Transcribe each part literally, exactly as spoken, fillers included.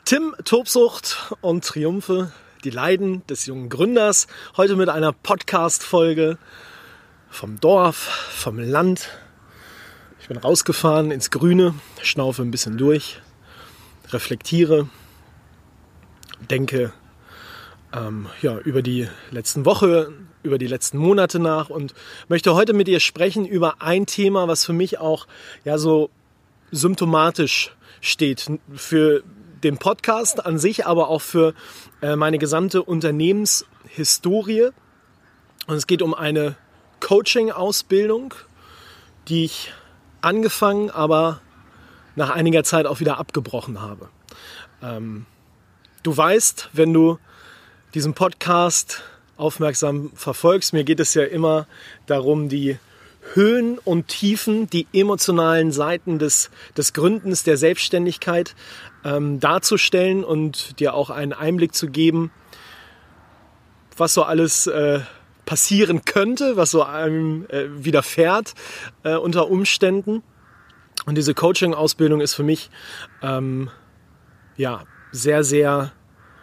Tim, Tobsucht und Triumphe, die Leiden des jungen Gründers. Heute mit einer Podcast-Folge vom Dorf, vom Land. Ich bin rausgefahren ins Grüne, schnaufe ein bisschen durch, reflektiere, denke ähm, ja, über die letzten Woche, über die letzten Monate nach und möchte heute mit dir sprechen über ein Thema, was für mich auch ja so symptomatisch steht für den Podcast an sich, aber auch für äh, meine gesamte Unternehmenshistorie. Und es geht um eine Coaching-Ausbildung, die ich angefangen, aber nach einiger Zeit auch wieder abgebrochen habe. Ähm, du weißt, wenn du diesen Podcast aufmerksam verfolgst, mir geht es ja immer darum, die Höhen und Tiefen, die emotionalen Seiten des, des Gründens, der Selbstständigkeit ähm, darzustellen und dir auch einen Einblick zu geben, was so alles äh, passieren könnte, was so einem äh, widerfährt äh, unter Umständen. Und diese Coaching-Ausbildung ist für mich ähm, ja, sehr, sehr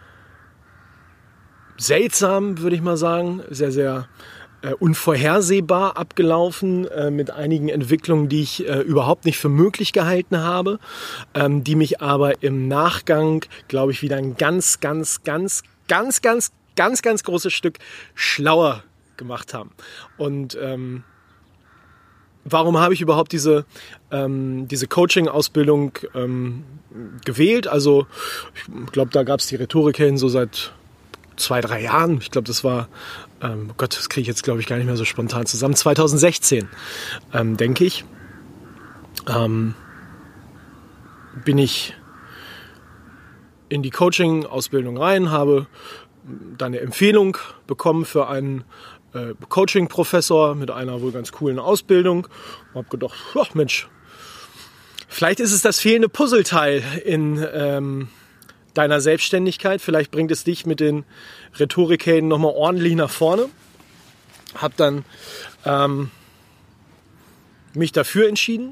seltsam, würde ich mal sagen, sehr, sehr äh, unvorhersehbar abgelaufen, äh, mit einigen Entwicklungen, die ich äh, überhaupt nicht für möglich gehalten habe, ähm, die mich aber im Nachgang, glaube ich, wieder ein ganz, ganz, ganz, ganz, ganz, ganz, ganz großes Stück schlauer gemacht haben. Und ähm, warum habe ich überhaupt diese, ähm, diese Coaching-Ausbildung ähm, gewählt? Also ich glaube, da gab es die Rhetorik hin so seit zwei, drei Jahren. Ich glaube, das war, ähm, Gott, das kriege ich jetzt, glaube ich, gar nicht mehr so spontan zusammen. zwanzig sechzehn, ähm, denke ich, ähm, bin ich in die Coaching-Ausbildung rein, habe dann eine Empfehlung bekommen für einen äh, Coaching-Professor mit einer wohl ganz coolen Ausbildung. Und habe gedacht, ach Mensch, vielleicht ist es das fehlende Puzzleteil in ähm, deiner Selbstständigkeit. Vielleicht bringt es dich mit den Rhetorikhelden nochmal ordentlich nach vorne. Hab dann ähm, mich dafür entschieden.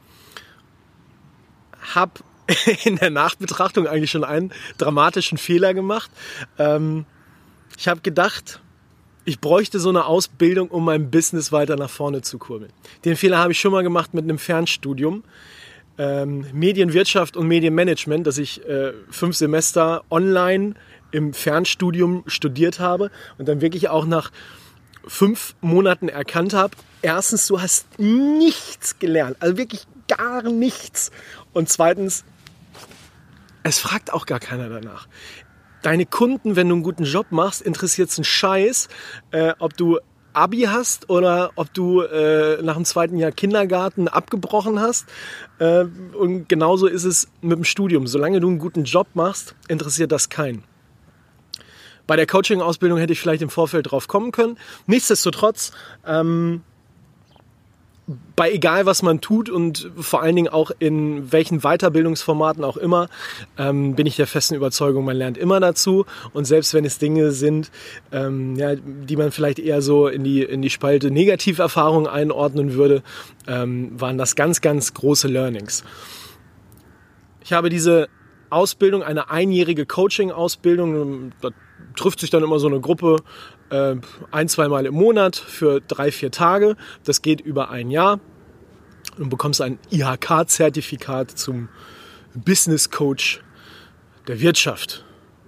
Hab in der Nachbetrachtung eigentlich schon einen dramatischen Fehler gemacht. Ähm, ich habe gedacht, ich bräuchte so eine Ausbildung, um mein Business weiter nach vorne zu kurbeln. Den Fehler habe ich schon mal gemacht mit einem Fernstudium. Ähm, Medienwirtschaft und Medienmanagement, dass ich äh, fünf Semester online im Fernstudium studiert habe und dann wirklich auch nach fünf Monaten erkannt habe, erstens, du hast nichts gelernt, also wirklich gar nichts. Und zweitens, es fragt auch gar keiner danach. Deine Kunden, wenn du einen guten Job machst, interessiert es einen Scheiß, äh, ob du Abi hast oder ob du äh, nach dem zweiten Jahr Kindergarten abgebrochen hast. Äh, und genauso ist es mit dem Studium. Solange du einen guten Job machst, interessiert das keinen. Bei der Coaching-Ausbildung hätte ich vielleicht im Vorfeld drauf kommen können. Nichtsdestotrotz, ähm, bei egal was man tut und vor allen Dingen auch in welchen Weiterbildungsformaten auch immer, ähm, bin ich der festen Überzeugung, man lernt immer dazu. Und selbst wenn es Dinge sind, ähm, ja, die man vielleicht eher so in die, in die Spalte Negativerfahrung einordnen würde, ähm, waren das ganz, ganz große Learnings. Ich habe diese Ausbildung, eine einjährige Coaching-Ausbildung, da trifft sich dann immer so eine Gruppe äh, ein-, zweimal im Monat für drei, vier Tage. Das geht über ein Jahr. Du bekommst ein I H K-Zertifikat zum Business Coach der Wirtschaft.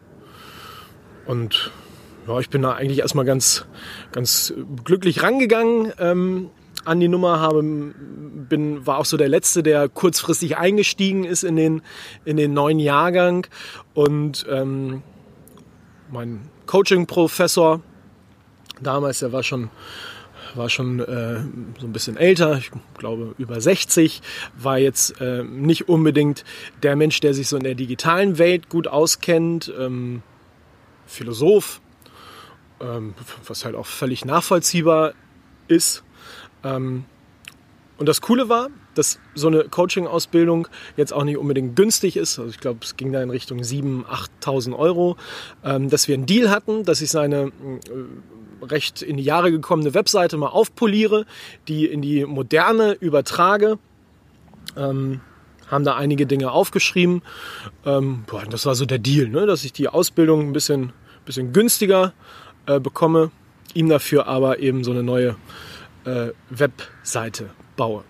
Und ja, ich bin da eigentlich erstmal ganz, ganz glücklich rangegangen ähm, an die Nummer, habe, bin, war auch so der Letzte, der kurzfristig eingestiegen ist in den, in den neuen Jahrgang. Und ähm, mein Coaching-Professor damals, der war schon, war schon äh, so ein bisschen älter, ich glaube über sechzig, war jetzt äh, nicht unbedingt der Mensch, der sich so in der digitalen Welt gut auskennt, ähm, Philosoph, ähm, was halt auch völlig nachvollziehbar ist. Ähm, und das Coole war, dass so eine Coaching-Ausbildung jetzt auch nicht unbedingt günstig ist. Also ich glaube, es ging da in Richtung siebentausend, achttausend Euro. Ähm, dass wir einen Deal hatten, dass ich seine äh, recht in die Jahre gekommene Webseite mal aufpoliere, die in die moderne übertrage. Ähm, haben da einige Dinge aufgeschrieben. Ähm, boah, das war so der Deal, ne? Dass ich die Ausbildung ein bisschen, bisschen günstiger äh, bekomme, ihm dafür aber eben so eine neue äh, Webseite baue.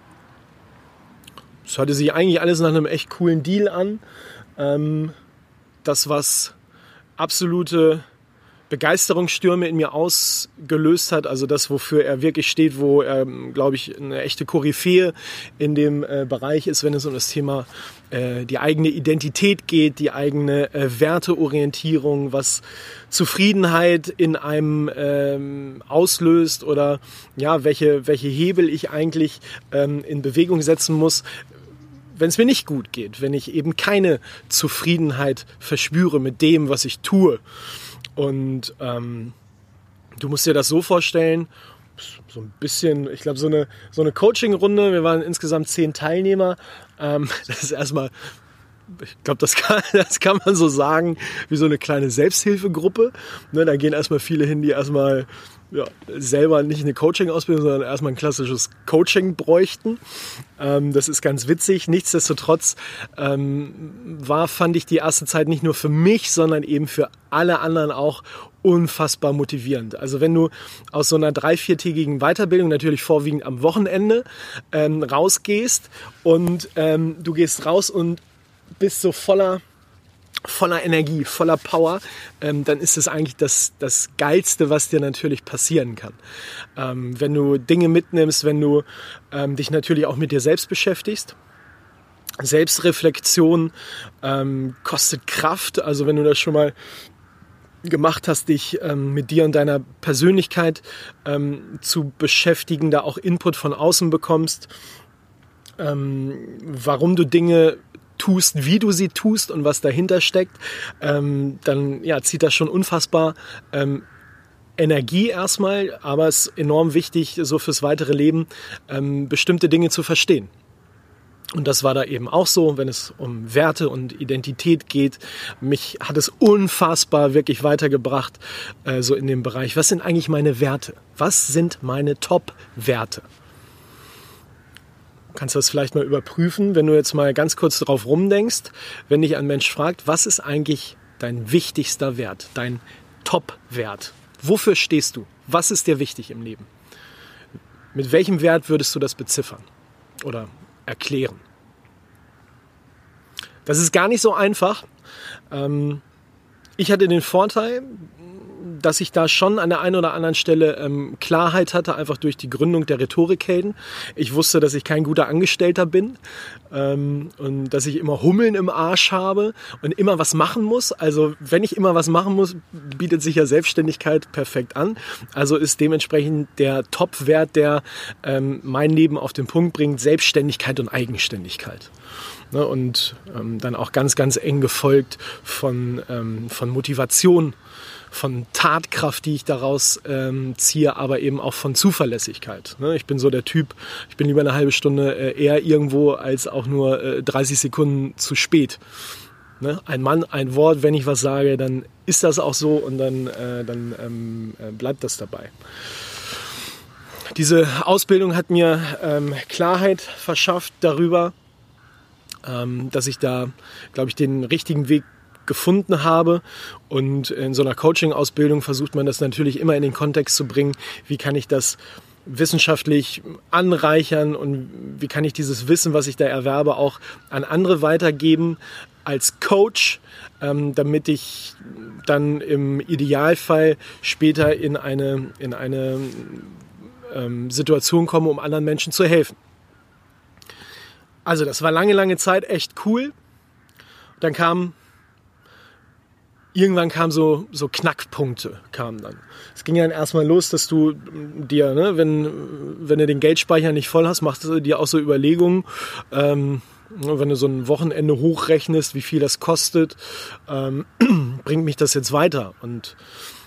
Das hörte sich eigentlich alles nach einem echt coolen Deal an. Ähm, das, was absolute Begeisterungsstürme in mir ausgelöst hat, also das, wofür er wirklich steht, wo er, glaube ich, eine echte Koryphäe in dem äh, Bereich ist, wenn es um das Thema äh, die eigene Identität geht, die eigene äh, Werteorientierung, was Zufriedenheit in einem ähm, auslöst oder ja, welche, welche Hebel ich eigentlich ähm, in Bewegung setzen muss, wenn es mir nicht gut geht, wenn ich eben keine Zufriedenheit verspüre mit dem, was ich tue. Und ähm, du musst dir das so vorstellen, so ein bisschen, ich glaube, so eine, so eine Coaching-Runde, wir waren insgesamt zehn Teilnehmer, ähm, das ist erstmal, ich glaube, das kann, das kann man so sagen, wie so eine kleine Selbsthilfegruppe. Ne, da gehen erstmal viele hin, die erstmal ja, selber nicht eine Coaching-Ausbildung, sondern erstmal ein klassisches Coaching bräuchten. Ähm, das ist ganz witzig. Nichtsdestotrotz ähm, war, fand ich die erste Zeit nicht nur für mich, sondern eben für alle anderen auch unfassbar motivierend. Also wenn du aus so einer drei-, viertägigen Weiterbildung, natürlich vorwiegend am Wochenende, ähm, rausgehst und ähm, du gehst raus und bist so voller voller Energie, voller Power, ähm, dann ist es eigentlich das, das Geilste, was dir natürlich passieren kann. Ähm, wenn du Dinge mitnimmst, wenn du ähm, dich natürlich auch mit dir selbst beschäftigst. Selbstreflexion ähm, kostet Kraft. Also wenn du das schon mal gemacht hast, dich ähm, mit dir und deiner Persönlichkeit ähm, zu beschäftigen, da auch Input von außen bekommst, ähm, warum du Dinge tust, wie du sie tust und was dahinter steckt, ähm, dann ja, zieht das schon unfassbar ähm, Energie erstmal, aber es ist enorm wichtig, so fürs weitere Leben ähm, bestimmte Dinge zu verstehen. Und das war da eben auch so, wenn es um Werte und Identität geht. Mich hat es unfassbar wirklich weitergebracht, äh, so in dem Bereich. Was sind eigentlich meine Werte? Was sind meine Top-Werte? Kannst du das vielleicht mal überprüfen, wenn du jetzt mal ganz kurz drauf rumdenkst, wenn dich ein Mensch fragt, was ist eigentlich dein wichtigster Wert, dein Top-Wert? Wofür stehst du? Was ist dir wichtig im Leben? Mit welchem Wert würdest du das beziffern oder erklären? Das ist gar nicht so einfach. Ich hatte den Vorteil, dass ich da schon an der einen oder anderen Stelle ähm, Klarheit hatte, einfach durch die Gründung der Rhetorikhelden. Ich wusste, dass ich kein guter Angestellter bin ähm, und dass ich immer Hummeln im Arsch habe und immer was machen muss. Also wenn ich immer was machen muss, bietet sich ja Selbstständigkeit perfekt an. Also ist dementsprechend der Top-Wert, der ähm, mein Leben auf den Punkt bringt, Selbstständigkeit und Eigenständigkeit. Ne, und ähm, dann auch ganz, ganz eng gefolgt von, ähm, von Motivation, von Tatkraft, die ich daraus ähm, ziehe, aber eben auch von Zuverlässigkeit. Ne? Ich bin so der Typ, ich bin lieber eine halbe Stunde äh, eher irgendwo als auch nur äh, dreißig Sekunden zu spät. Ne? Ein Mann, ein Wort, wenn ich was sage, dann ist das auch so und dann, äh, dann ähm, äh, bleibt das dabei. Diese Ausbildung hat mir ähm, Klarheit verschafft darüber, ähm, dass ich da, glaube ich, den richtigen Weg gefunden habe, und in so einer Coaching-Ausbildung versucht man das natürlich immer in den Kontext zu bringen, wie kann ich das wissenschaftlich anreichern und wie kann ich dieses Wissen, was ich da erwerbe, auch an andere weitergeben als Coach, ähm, damit ich dann im Idealfall später in eine, in eine ähm, Situation komme, um anderen Menschen zu helfen. Also das war lange, lange Zeit echt cool. Dann kam Irgendwann kamen so, so Knackpunkte, kamen dann. Es ging dann erstmal los, dass du dir, ne, wenn, wenn du den Geldspeicher nicht voll hast, machst du dir auch so Überlegungen, ähm, wenn du so ein Wochenende hochrechnest, wie viel das kostet, ähm, bringt mich das jetzt weiter? Und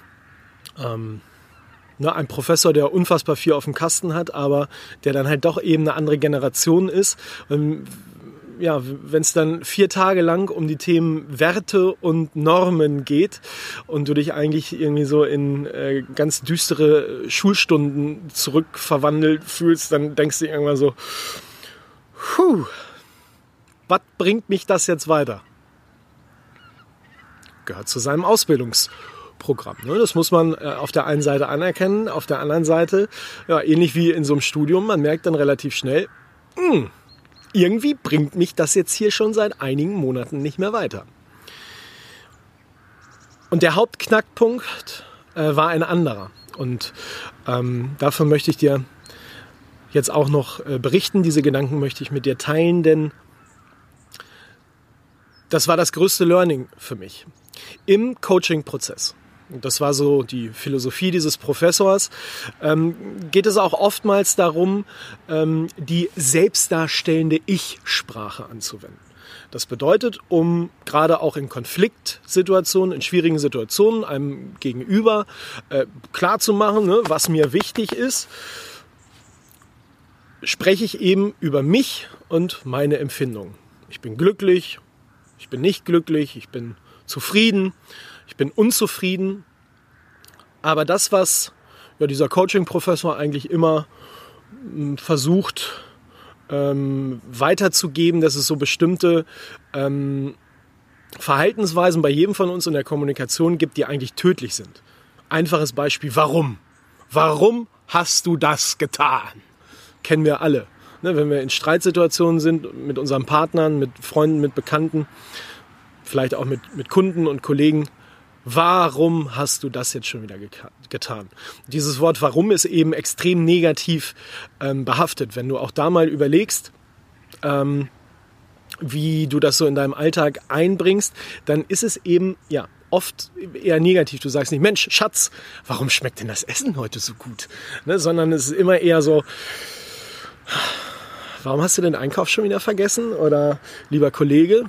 ähm, ne, ein Professor, der unfassbar viel auf dem Kasten hat, aber der dann halt doch eben eine andere Generation ist, ähm, ja, wenn es dann vier Tage lang um die Themen Werte und Normen geht und du dich eigentlich irgendwie so in äh, ganz düstere Schulstunden zurückverwandelt fühlst, dann denkst du irgendwann so, puh, Was bringt mich das jetzt weiter? Gehört zu seinem Ausbildungsprogramm. Das muss man auf der einen Seite anerkennen, auf der anderen Seite, ja, ähnlich wie in so einem Studium, man merkt dann relativ schnell, mh, irgendwie bringt mich das jetzt hier schon seit einigen Monaten nicht mehr weiter. Und der Hauptknackpunkt äh, war ein anderer. Und ähm, davon möchte ich dir jetzt auch noch äh, berichten. Diese Gedanken möchte ich mit dir teilen, denn das war das größte Learning für mich im Coaching-Prozess. Und das war so die Philosophie dieses Professors. Ähm, geht es auch oftmals darum, ähm, die selbstdarstellende Ich-Sprache anzuwenden. Das bedeutet, um gerade auch in Konfliktsituationen, in schwierigen Situationen einem Gegenüber äh, klarzumachen, ne, was mir wichtig ist, spreche ich eben über mich und meine Empfindungen. Ich bin glücklich, ich bin nicht glücklich, ich bin zufrieden, ich bin unzufrieden. Aber das, was ja, dieser Coaching-Professor eigentlich immer m, versucht ähm, weiterzugeben, dass es so bestimmte ähm, Verhaltensweisen bei jedem von uns in der Kommunikation gibt, die eigentlich tödlich sind. Einfaches Beispiel, warum? Warum hast du das getan? Kennen wir alle. Ne, wenn wir in Streitsituationen sind, mit unseren Partnern, mit Freunden, mit Bekannten, vielleicht auch mit, mit Kunden und Kollegen, warum hast du das jetzt schon wieder geka- getan? Dieses Wort warum ist eben extrem negativ ähm, behaftet. Wenn du auch da mal überlegst, ähm, wie du das so in deinem Alltag einbringst, dann ist es eben ja oft eher negativ. Du sagst nicht, Mensch, Schatz, warum schmeckt denn das Essen heute so gut? Ne, sondern es ist immer eher so, warum hast du den Einkauf schon wieder vergessen? Oder lieber Kollege,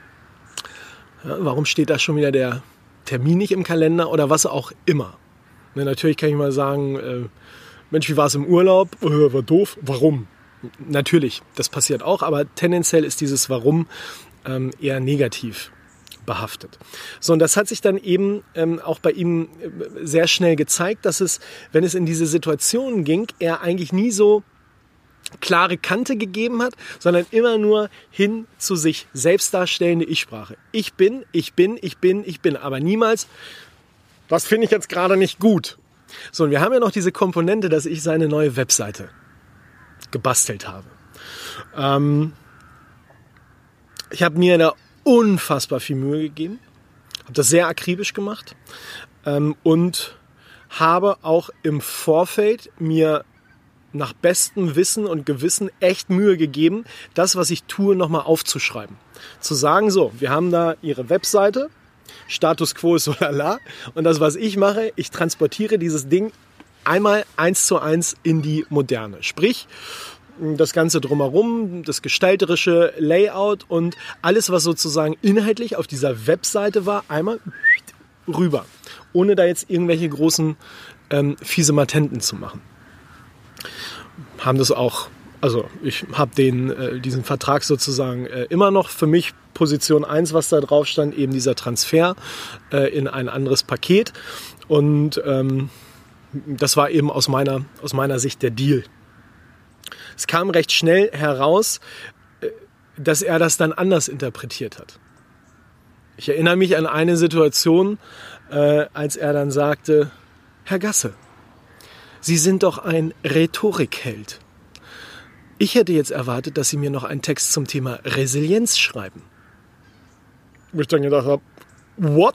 ja, warum steht da schon wieder der Termin nicht im Kalender? Oder was auch immer. Ne, natürlich kann ich mal sagen, äh, Mensch, wie war es im Urlaub? Äh, war doof. Warum? Natürlich, das passiert auch, aber tendenziell ist dieses Warum ähm, eher negativ behaftet. So, und das hat sich dann eben ähm, auch bei ihm äh, sehr schnell gezeigt, dass es, wenn es in diese Situation ging, er eigentlich nie so klare Kante gegeben hat, sondern immer nur hin zu sich selbst darstellende Ich-Sprache. Ich bin, ich bin, ich bin, ich bin, aber niemals, das finde ich jetzt gerade nicht gut. So, und wir haben ja noch diese Komponente, dass ich seine neue Webseite gebastelt habe. Ähm, ich habe mir da unfassbar viel Mühe gegeben, habe das sehr akribisch gemacht ähm, und habe auch im Vorfeld mir nach bestem Wissen und Gewissen echt Mühe gegeben, das, was ich tue, nochmal aufzuschreiben. Zu sagen, so, wir haben da Ihre Webseite, Status quo ist so lala, und das, was ich mache, ich transportiere dieses Ding einmal eins zu eins in die Moderne. Sprich, das Ganze drumherum, das gestalterische Layout und alles, was sozusagen inhaltlich auf dieser Webseite war, einmal rüber. Ohne da jetzt irgendwelche großen ähm, fiese Matenten zu machen. Haben das auch, also ich habe den äh, diesen Vertrag sozusagen äh, immer noch für mich Position eins, was da drauf stand, eben dieser Transfer äh, in ein anderes Paket. Und ähm, das war eben aus meiner, aus meiner Sicht der Deal. Es kam recht schnell heraus, dass er das dann anders interpretiert hat. Ich erinnere mich an eine Situation, äh, als er dann sagte, Herr Gasse, Sie sind doch ein Rhetorikheld. Ich hätte jetzt erwartet, dass Sie mir noch einen Text zum Thema Resilienz schreiben. Wo ich dann gedacht habe, what?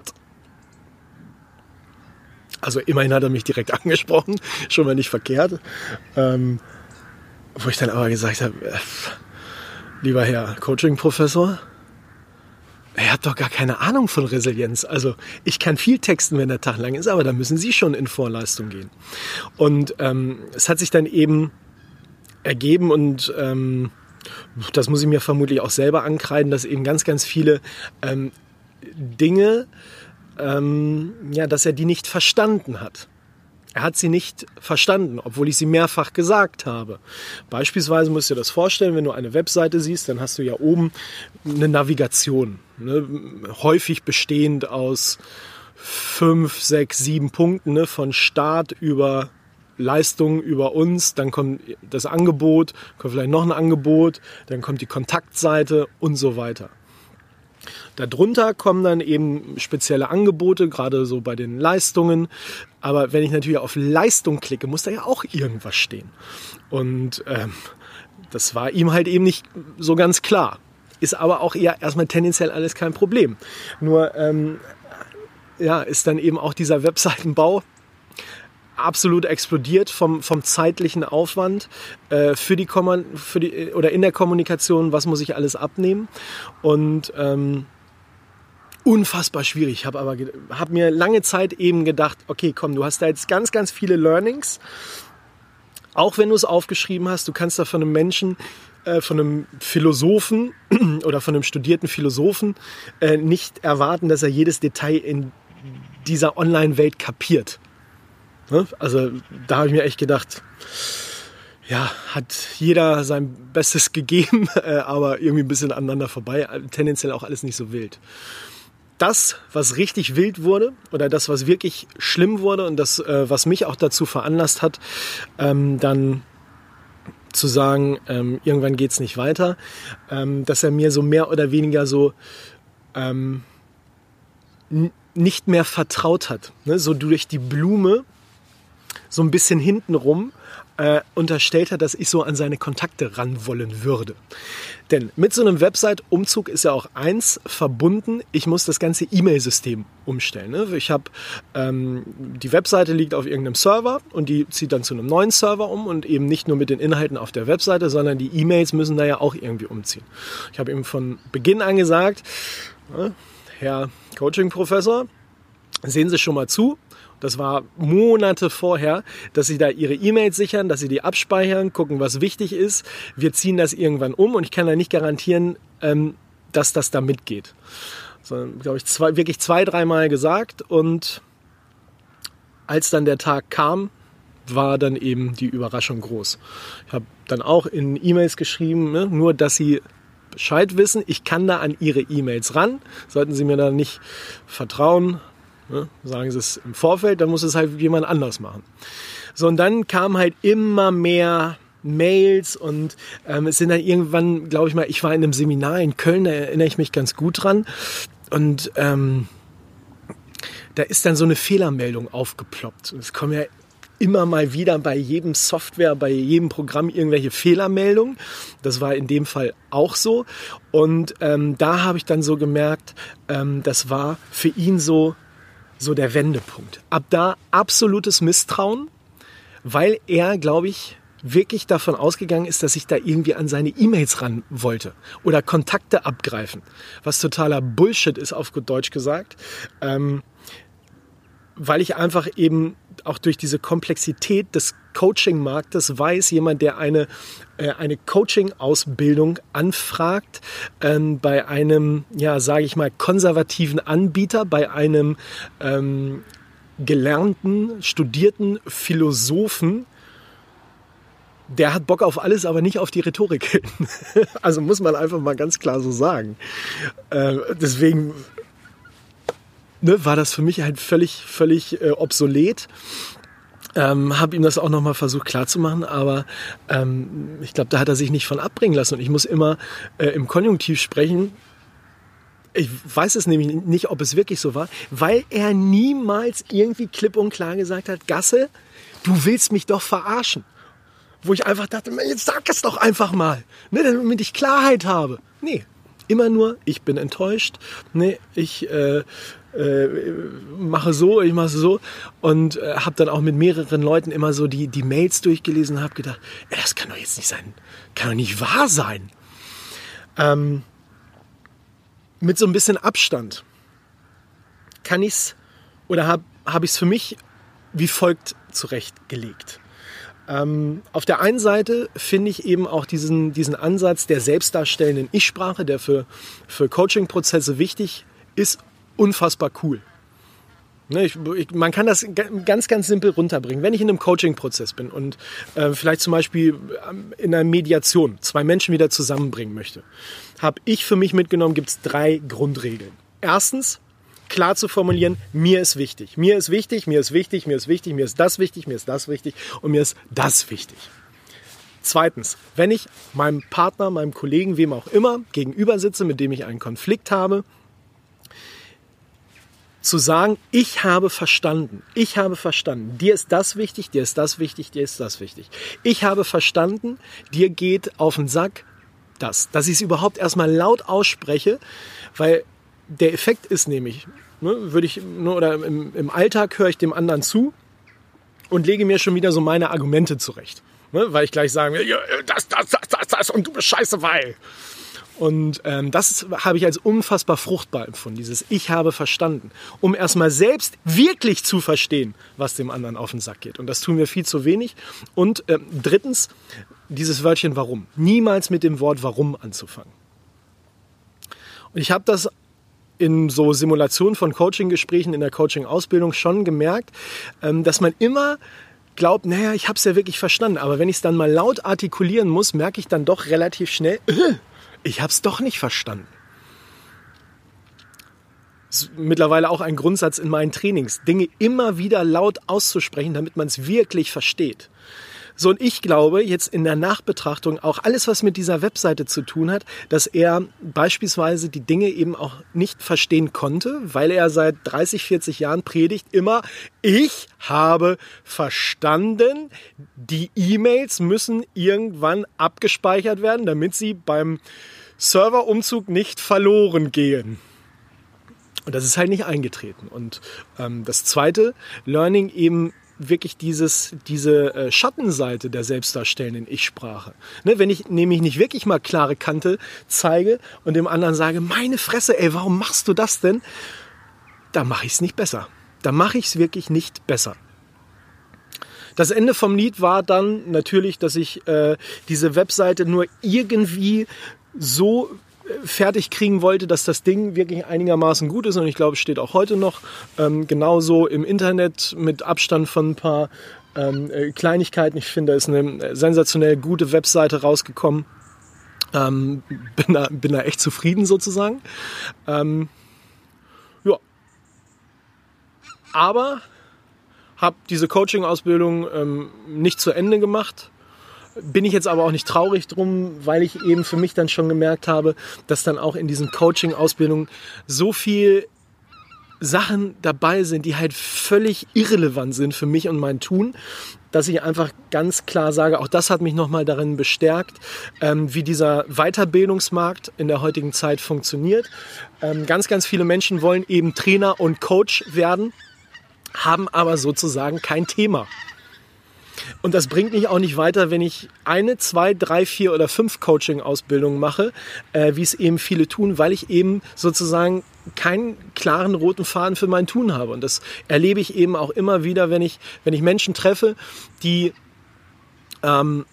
Also immerhin hat er mich direkt angesprochen, schon mal nicht verkehrt. Ähm, wo ich dann aber gesagt habe, äh, lieber Herr Coaching-Professor, er hat doch gar keine Ahnung von Resilienz. Also ich kann viel texten, wenn der Tag lang ist, aber da müssen Sie schon in Vorleistung gehen. Und ähm, es hat sich dann eben ergeben und ähm, das muss ich mir vermutlich auch selber ankreiden, dass eben ganz, ganz viele ähm, Dinge, ähm, ja, dass er die nicht verstanden hat. Er hat sie nicht verstanden, obwohl ich sie mehrfach gesagt habe. Beispielsweise musst du dir das vorstellen, wenn du eine Webseite siehst, dann hast du ja oben eine Navigation, ne, häufig bestehend aus fünf, sechs, sieben Punkten, ne, von Start über Leistung über uns, dann kommt das Angebot, kommt vielleicht noch ein Angebot, dann kommt die Kontaktseite und so weiter. Darunter kommen dann eben spezielle Angebote, gerade so bei den Leistungen. Aber wenn ich natürlich auf Leistung klicke, muss da ja auch irgendwas stehen. Und ähm, das war ihm halt eben nicht so ganz klar. Ist aber auch eher erstmal tendenziell alles kein Problem. Nur ähm, ja, ist dann eben auch dieser Webseitenbau absolut explodiert vom, vom zeitlichen Aufwand äh, für die, Komma, für die oder in der Kommunikation, was muss ich alles abnehmen. Und ähm, unfassbar schwierig. Ich habe aber hab mir lange Zeit eben gedacht, okay, komm, du hast da jetzt ganz, ganz viele Learnings. Auch wenn du es aufgeschrieben hast, du kannst da von einem Menschen, äh, von einem Philosophen oder von einem studierten Philosophen äh, nicht erwarten, dass er jedes Detail in dieser Online-Welt kapiert. Ne? Also da habe ich mir echt gedacht, ja, hat jeder sein Bestes gegeben, äh, aber irgendwie ein bisschen aneinander vorbei. Tendenziell auch alles nicht so wild. Das, was richtig wild wurde oder das, was wirklich schlimm wurde und das, äh, was mich auch dazu veranlasst hat, ähm, dann zu sagen, ähm, irgendwann geht's nicht weiter, ähm, dass er mir so mehr oder weniger so ähm, n- nicht mehr vertraut hat. Ne? So durch die Blume, so ein bisschen hintenrum, äh, unterstellt hat, dass ich so an seine Kontakte ran wollen würde. Denn mit so einem Website-Umzug ist ja auch eins verbunden, ich muss das ganze E-Mail-System umstellen. Ne? Ich habe, ähm, die Webseite liegt auf irgendeinem Server und die zieht dann zu einem neuen Server um und eben nicht nur mit den Inhalten auf der Webseite, sondern die E-Mails müssen da ja auch irgendwie umziehen. Ich habe ihm von Beginn an gesagt, äh, Herr Coaching-Professor, sehen Sie schon mal zu. Das war Monate vorher, dass sie da ihre E-Mails sichern, dass sie die abspeichern, gucken, was wichtig ist. Wir ziehen das irgendwann um und ich kann da nicht garantieren, ähm, dass das da mitgeht. Sondern, glaube ich, zwei, wirklich zwei, dreimal gesagt. Und als dann der Tag kam, war dann eben die Überraschung groß. Ich habe dann auch in E-Mails geschrieben, ne, nur dass sie Bescheid wissen, ich kann da an ihre E-Mails ran. Sollten sie mir da nicht vertrauen, ne, sagen sie es im Vorfeld, dann muss es halt jemand anders machen. So, und dann kamen halt immer mehr Mails und ähm, es sind dann irgendwann, glaube ich mal, ich war in einem Seminar in Köln, da erinnere ich mich ganz gut dran und ähm, da ist dann so eine Fehlermeldung aufgeploppt. Und es kommen ja immer mal wieder bei jedem Software, bei jedem Programm irgendwelche Fehlermeldungen. Das war in dem Fall auch so. Und ähm, da habe ich dann so gemerkt, ähm, das war für ihn so, so der Wendepunkt. Ab da absolutes Misstrauen, weil er, glaube ich, wirklich davon ausgegangen ist, dass ich da irgendwie an seine E-Mails ran wollte oder Kontakte abgreifen. Was totaler Bullshit ist, auf gut Deutsch gesagt. Ähm, weil ich einfach eben auch durch diese Komplexität des Coaching-Marktes weiß, jemand, der eine, äh, eine Coaching-Ausbildung anfragt, ähm, bei einem, ja, sage ich mal, konservativen Anbieter, bei einem ähm, gelernten, studierten Philosophen, der hat Bock auf alles, aber nicht auf die Rhetorik. Also muss man einfach mal ganz klar so sagen. Äh, deswegen ne, war das für mich halt völlig, völlig äh, obsolet. Ähm, habe ihm das auch nochmal versucht klarzumachen, aber ähm, ich glaube, da hat er sich nicht von abbringen lassen. Und ich muss immer äh, im Konjunktiv sprechen. Ich weiß es nämlich nicht, ob es wirklich so war, weil er niemals irgendwie klipp und klar gesagt hat, Gasse, du willst mich doch verarschen. Wo ich einfach dachte, jetzt sag es doch einfach mal, ne, damit ich Klarheit habe. Nee, immer nur, ich bin enttäuscht, nee, ich äh, äh, mache so, ich mache so und äh, habe dann auch mit mehreren Leuten immer so die, die Mails durchgelesen und habe gedacht, ey, das kann doch jetzt nicht sein, kann doch nicht wahr sein. Ähm, mit so ein bisschen Abstand kann ich's oder habe hab ich es für mich wie folgt zurechtgelegt. Ähm, auf der einen Seite finde ich eben auch diesen, diesen Ansatz der selbstdarstellenden Ich-Sprache, der für, für Coaching-Prozesse wichtig ist, unfassbar cool. Ne, ich, ich, man kann das ganz, ganz simpel runterbringen. Wenn ich in einem Coaching-Prozess bin und äh, vielleicht zum Beispiel in einer Mediation zwei Menschen wieder zusammenbringen möchte, habe ich für mich mitgenommen, gibt es drei Grundregeln. Erstens, klar zu formulieren, mir ist wichtig, mir ist wichtig, mir ist wichtig, mir ist wichtig, mir ist das wichtig, mir ist das wichtig und mir ist das wichtig. Zweitens, wenn ich meinem Partner, meinem Kollegen, wem auch immer gegenüber sitze, mit dem ich einen Konflikt habe, zu sagen, ich habe verstanden, ich habe verstanden, dir ist das wichtig, dir ist das wichtig, dir ist das wichtig. Ich habe verstanden, dir geht auf den Sack das, dass ich es überhaupt erstmal laut ausspreche, weil der Effekt ist nämlich, ne, würde ich, ne, oder im, im Alltag höre ich dem anderen zu und lege mir schon wieder so meine Argumente zurecht, ne, weil ich gleich sage, das, das, das, das, das und du bist scheiße, weil... Und ähm, das habe ich als unfassbar fruchtbar empfunden, dieses Ich habe verstanden, um erstmal selbst wirklich zu verstehen, was dem anderen auf den Sack geht. Und das tun wir viel zu wenig. Und ähm, drittens, dieses Wörtchen Warum. Niemals mit dem Wort Warum anzufangen. Und ich habe das in so Simulationen von Coaching-Gesprächen in der Coaching-Ausbildung schon gemerkt, ähm, dass man immer glaubt, naja, ich habe es ja wirklich verstanden. Aber wenn ich es dann mal laut artikulieren muss, merke ich dann doch relativ schnell, äh, ich habe es doch nicht verstanden. Das ist mittlerweile auch ein Grundsatz in meinen Trainings, Dinge immer wieder laut auszusprechen, damit man es wirklich versteht. So, und ich glaube jetzt in der Nachbetrachtung auch alles, was mit dieser Webseite zu tun hat, dass er beispielsweise die Dinge eben auch nicht verstehen konnte, weil er seit dreißig, vierzig Jahren predigt immer, ich habe verstanden, die E-Mails müssen irgendwann abgespeichert werden, damit sie beim Serverumzug nicht verloren gehen. Und das ist halt nicht eingetreten. Und ähm, das zweite Learning eben wirklich dieses, diese äh, Schattenseite der selbstdarstellenden Ich-Sprache. Ne, wenn ich nämlich nicht wirklich mal klare Kante zeige und dem anderen sage, meine Fresse, ey, warum machst du das denn? Da mache ich es nicht besser. Da mache ich es wirklich nicht besser. Das Ende vom Lied war dann natürlich, dass ich äh, diese Webseite nur irgendwie so fertig kriegen wollte, dass das Ding wirklich einigermaßen gut ist und ich glaube, es steht auch heute noch ähm, genauso im Internet mit Abstand von ein paar ähm, Kleinigkeiten. Ich finde, da ist eine sensationell gute Webseite rausgekommen. Ähm, bin, da, bin da echt zufrieden sozusagen. Ähm, ja. Aber habe diese Coaching-Ausbildung ähm, nicht zu Ende gemacht. Bin ich jetzt aber auch nicht traurig drum, weil ich eben für mich dann schon gemerkt habe, dass dann auch in diesen Coaching-Ausbildungen so viel Sachen dabei sind, die halt völlig irrelevant sind für mich und mein Tun, dass ich einfach ganz klar sage, auch das hat mich nochmal darin bestärkt, ähm, wie dieser Weiterbildungsmarkt in der heutigen Zeit funktioniert. Ähm, ganz, ganz viele Menschen wollen eben Trainer und Coach werden, haben aber sozusagen kein Thema. Und das bringt mich auch nicht weiter, wenn ich eine, zwei, drei, vier oder fünf Coaching-Ausbildungen mache, äh, wie es eben viele tun, weil ich eben sozusagen keinen klaren roten Faden für mein Tun habe. Und das erlebe ich eben auch immer wieder, wenn ich, wenn ich Menschen treffe, die ähm,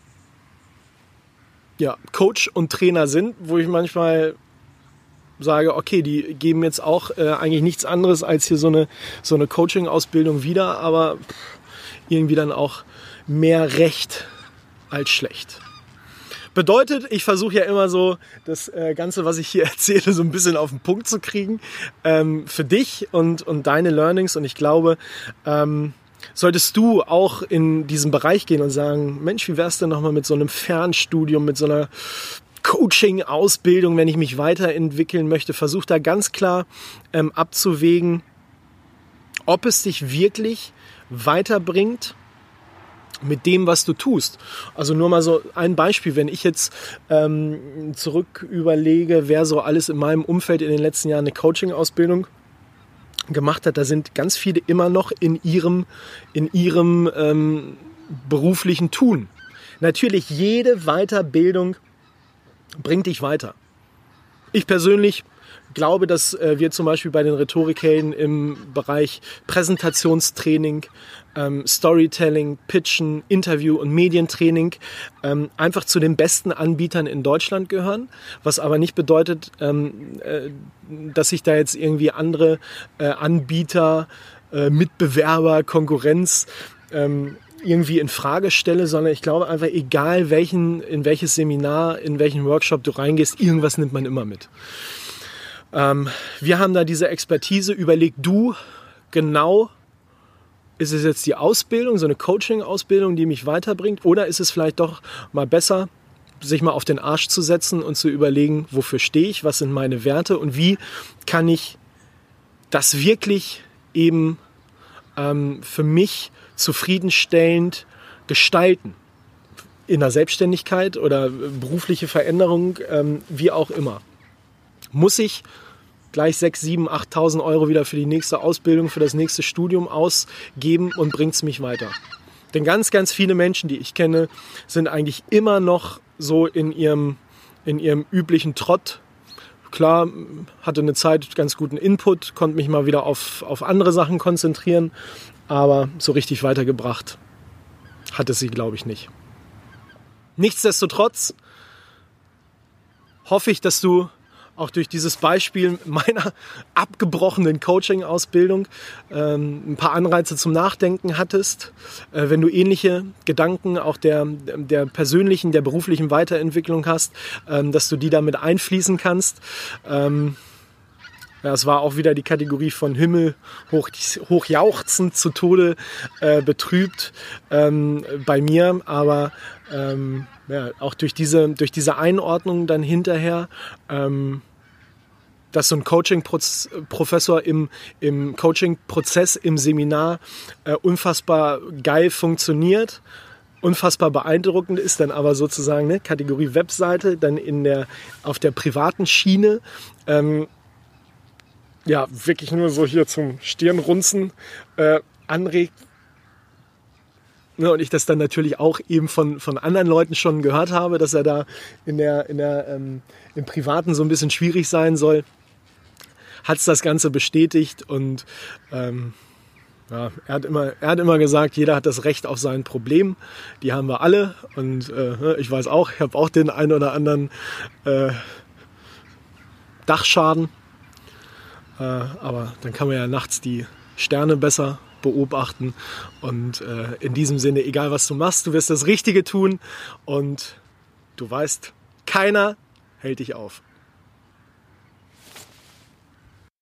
ja, Coach und Trainer sind, wo ich manchmal sage, okay, die geben jetzt auch äh, eigentlich nichts anderes als hier so eine, so eine Coaching-Ausbildung wieder, aber pff, irgendwie dann auch mehr recht als schlecht. Bedeutet, ich versuche ja immer so, das äh, Ganze, was ich hier erzähle, so ein bisschen auf den Punkt zu kriegen ähm, für dich und, und deine Learnings. Und ich glaube, ähm, solltest du auch in diesen Bereich gehen und sagen, Mensch, wie wär's denn nochmal mit so einem Fernstudium, mit so einer Coaching-Ausbildung, wenn ich mich weiterentwickeln möchte, versuch da ganz klar ähm, abzuwägen, ob es dich wirklich weiterbringt mit dem, was du tust. Also nur mal so ein Beispiel, wenn ich jetzt ähm, zurück überlege, wer so alles in meinem Umfeld in den letzten Jahren eine Coaching-Ausbildung gemacht hat, da sind ganz viele immer noch in ihrem, in ihrem ähm, beruflichen Tun. Natürlich, jede Weiterbildung bringt dich weiter. Ich persönlich glaube, dass äh, wir zum Beispiel bei den Rhetorikhelden im Bereich Präsentationstraining, ähm, Storytelling, Pitchen, Interview- und Medientraining ähm, einfach zu den besten Anbietern in Deutschland gehören, was aber nicht bedeutet, ähm, äh, dass ich da jetzt irgendwie andere äh, Anbieter, äh, Mitbewerber, Konkurrenz ähm, irgendwie in Frage stelle, sondern ich glaube einfach, egal welchen, in welches Seminar, in welchen Workshop du reingehst, irgendwas nimmt man immer mit. Ähm, wir haben da diese Expertise. Überleg du genau, ist es jetzt die Ausbildung, so eine Coaching-Ausbildung, die mich weiterbringt, oder ist es vielleicht doch mal besser, sich mal auf den Arsch zu setzen und zu überlegen, wofür stehe ich, was sind meine Werte und wie kann ich das wirklich eben ähm, für mich zufriedenstellend gestalten. In der Selbstständigkeit oder berufliche Veränderung, ähm, wie auch immer. Muss ich gleich sechstausend, siebentausend, achttausend Euro wieder für die nächste Ausbildung, für das nächste Studium ausgeben und bringt es mich weiter? Denn ganz, ganz viele Menschen, die ich kenne, sind eigentlich immer noch so in ihrem, in ihrem üblichen Trott. Klar, hatte eine Zeit ganz guten Input, konnte mich mal wieder auf, auf andere Sachen konzentrieren, aber so richtig weitergebracht hat es sie, glaube ich, nicht. Nichtsdestotrotz hoffe ich, dass du auch durch dieses Beispiel meiner abgebrochenen Coaching-Ausbildung ähm, ein paar Anreize zum Nachdenken hattest. Äh, wenn du ähnliche Gedanken auch der, der persönlichen, der beruflichen Weiterentwicklung hast, ähm, dass du die damit einfließen kannst. Ähm, ja, es war auch wieder die Kategorie von Himmel hoch, hochjauchzend zu Tode äh, betrübt ähm, bei mir, aber ähm, ja, auch durch diese, durch diese Einordnung dann hinterher, ähm, dass so ein Coaching-Professor im, im Coaching-Prozess, im Seminar äh, unfassbar geil funktioniert, unfassbar beeindruckend ist, dann aber sozusagen ne, Kategorie Webseite, dann in der, auf der privaten Schiene, ähm, ja, wirklich nur so hier zum Stirnrunzen äh, anregt. Ne, und ich das dann natürlich auch eben von, von anderen Leuten schon gehört habe, dass er da in der, in der, ähm, im Privaten so ein bisschen schwierig sein soll. Hat es das Ganze bestätigt und ähm, ja, er, hat immer, er hat immer gesagt, jeder hat das Recht auf sein Problem. Die haben wir alle und äh, ich weiß auch, ich habe auch den einen oder anderen äh, Dachschaden. Äh, aber dann kann man ja nachts die Sterne besser beobachten und äh, in diesem Sinne, egal was du machst, du wirst das Richtige tun und du weißt, keiner hält dich auf.